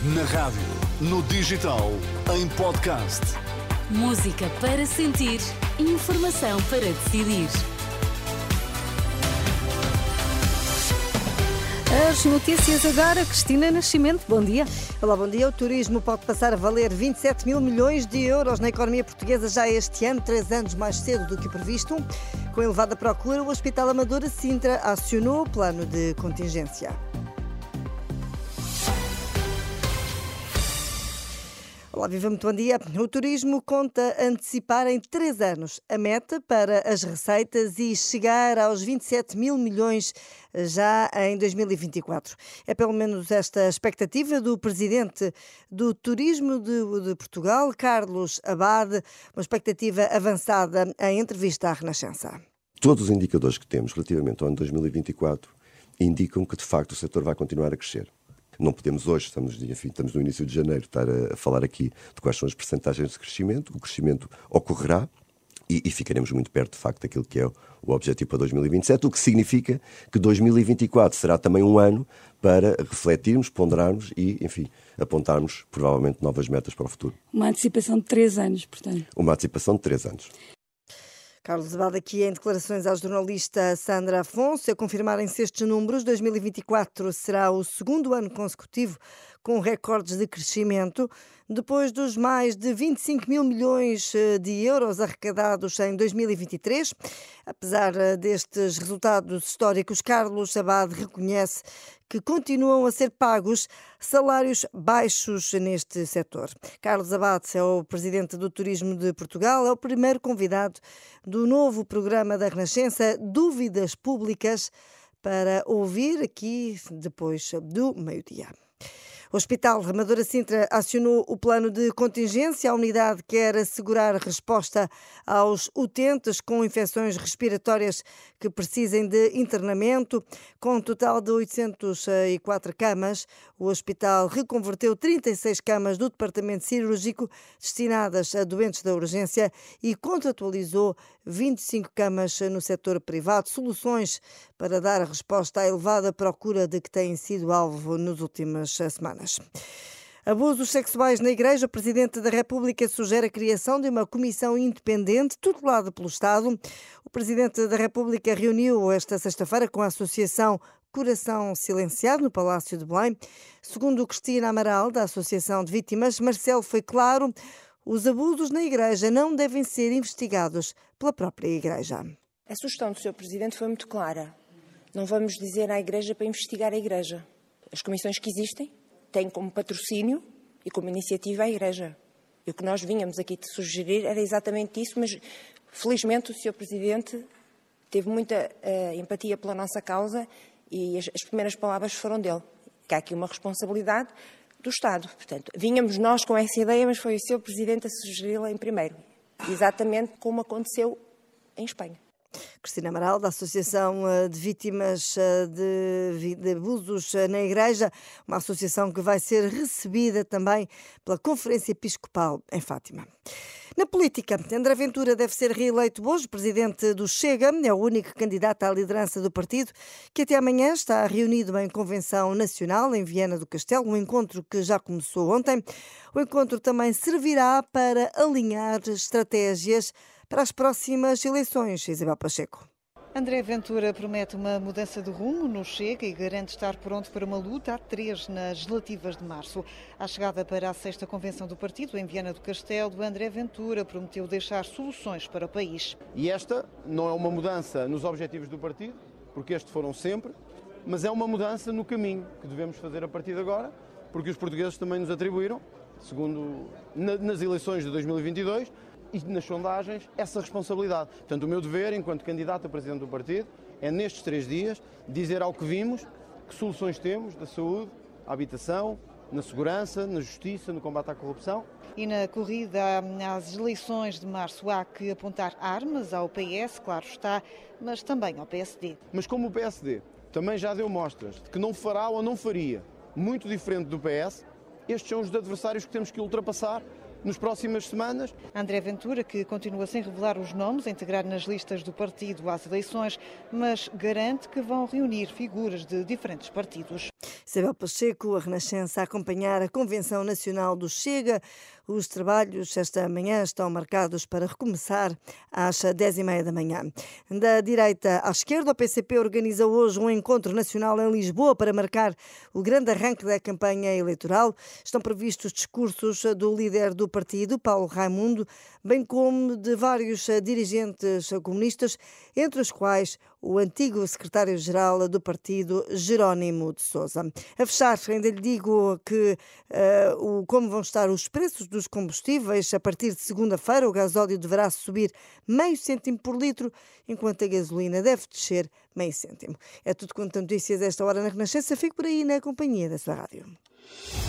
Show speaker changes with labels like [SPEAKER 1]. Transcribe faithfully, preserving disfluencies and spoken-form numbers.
[SPEAKER 1] Na rádio, no digital, em podcast.
[SPEAKER 2] Música para sentir, informação para decidir.
[SPEAKER 3] As notícias agora, Cristina Nascimento, bom dia.
[SPEAKER 4] Olá, bom dia. O turismo pode passar a valer vinte e sete mil milhões de euros na economia portuguesa já este ano, três anos mais cedo do que previsto. Com elevada procura, o Hospital Amadora Sintra acionou o plano de contingência. Olá, viva, muito bom dia. O turismo conta antecipar em três anos a meta para as receitas e chegar aos vinte e sete mil milhões já em dois mil e vinte e quatro. É pelo menos esta expectativa do presidente do Turismo de, de Portugal, Carlos Abade, uma expectativa avançada em entrevista à Renascença.
[SPEAKER 5] Todos os indicadores que temos relativamente ao ano dois mil e vinte e quatro indicam que, de facto, o setor vai continuar a crescer. Não podemos hoje, estamos, enfim, estamos no início de janeiro, estar a falar aqui de quais são as percentagens de crescimento. O crescimento ocorrerá e, e ficaremos muito perto, de facto, daquilo que é o, o objetivo para dois mil e vinte e sete, o que significa que dois mil e vinte e quatro será também um ano para refletirmos, ponderarmos e, enfim, apontarmos, provavelmente, novas metas para o futuro.
[SPEAKER 3] Uma antecipação de três anos, portanto.
[SPEAKER 5] Uma antecipação de três anos.
[SPEAKER 4] Carlos Abade aqui em declarações à jornalista Sandra Afonso. A confirmarem-se estes números, dois mil e vinte e quatro será o segundo ano consecutivo com recordes de crescimento, depois dos mais de vinte e cinco mil milhões de euros arrecadados em dois mil e vinte e três. Apesar destes resultados históricos, Carlos Abade reconhece que continuam a ser pagos salários baixos neste setor. Carlos Abade é o presidente do Turismo de Portugal, é o primeiro convidado do novo programa da Renascença, Dúvidas Públicas, para ouvir aqui depois do meio-dia. O Hospital Amadora Sintra acionou o plano de contingência. A unidade quer assegurar resposta aos utentes com infecções respiratórias que precisem de internamento. Com um total de oitocentas e quatro camas, o hospital reconverteu trinta e seis camas do departamento cirúrgico destinadas a doentes da urgência e contratualizou vinte e cinco camas no setor privado, soluções para dar a resposta à elevada procura de que têm sido alvo nas últimas semanas. Abusos sexuais na Igreja. O Presidente da República sugere a criação de uma comissão independente tutelada pelo Estado. O Presidente da República reuniu esta sexta-feira com a Associação Coração Silenciado, no Palácio de Belém. Segundo Cristina Amaral, da Associação de Vítimas, Marcelo foi claro: os abusos na Igreja não devem ser investigados pela própria Igreja.
[SPEAKER 6] A sugestão do senhor Presidente foi muito clara. Não vamos dizer à Igreja para investigar a Igreja. As comissões que existem têm como patrocínio e como iniciativa a Igreja. E o que nós vínhamos aqui de sugerir era exatamente isso, mas felizmente o senhor Presidente teve muita uh, empatia pela nossa causa e as, as primeiras palavras foram dele. Que há aqui uma responsabilidade do Estado. Portanto, vínhamos nós com essa ideia, mas foi o senhor Presidente a sugeri-la em primeiro. Exatamente como aconteceu em Espanha.
[SPEAKER 4] Cristina Amaral, da Associação de Vítimas de, de Abusos na Igreja, uma associação que vai ser recebida também pela Conferência Episcopal em Fátima. Na política, André Ventura deve ser reeleito hoje. O presidente do Chega é o único candidato à liderança do partido, que até amanhã está reunido em Convenção Nacional em Viana do Castelo, um encontro que já começou ontem. O encontro também servirá para alinhar estratégias para as próximas eleições. Isabel Pacheco.
[SPEAKER 7] André Ventura promete uma mudança de rumo no Chega e garante estar pronto para uma luta a três nas relativas de março. À chegada para a sexta convenção do partido, em Viana do Castelo, André Ventura prometeu deixar soluções para o país.
[SPEAKER 8] E esta não é uma mudança nos objetivos do partido, porque estes foram sempre, mas é uma mudança no caminho que devemos fazer a partir de agora, porque os portugueses também nos atribuíram, segundo nas eleições de dois mil e vinte e dois, e nas sondagens, essa responsabilidade. Portanto, o meu dever, enquanto candidato a presidente do partido, é nestes três dias dizer ao que vimos que soluções temos da saúde, à habitação, na segurança, na justiça, no combate à corrupção.
[SPEAKER 7] E na corrida às eleições de março há que apontar armas ao P S, claro está, mas também ao P S D.
[SPEAKER 8] Mas como o P S D também já deu mostras de que não fará ou não faria muito diferente do P S, estes são os adversários que temos que ultrapassar nas próximas semanas.
[SPEAKER 7] André Ventura, que continua sem revelar os nomes a integrar nas listas do partido às eleições, mas garante que vão reunir figuras de diferentes partidos.
[SPEAKER 4] Isabel Pacheco, a Renascença, a acompanhar a Convenção Nacional do Chega. Os trabalhos esta manhã estão marcados para recomeçar às dez e meia da manhã. Da direita à esquerda, o P C P organiza hoje um encontro nacional em Lisboa para marcar o grande arranque da campanha eleitoral. Estão previstos discursos do líder do partido, Paulo Raimundo, bem como de vários dirigentes comunistas, entre os quais o antigo secretário-geral do partido, Jerónimo de Sousa. A fechar, ainda lhe digo que uh, o, como vão estar os preços dos combustíveis. A partir de segunda-feira, o gasóleo deverá subir meio cêntimo por litro, enquanto a gasolina deve descer meio cêntimo. É tudo quanto a notícias a esta hora na Renascença. Fico por aí na companhia da sua rádio.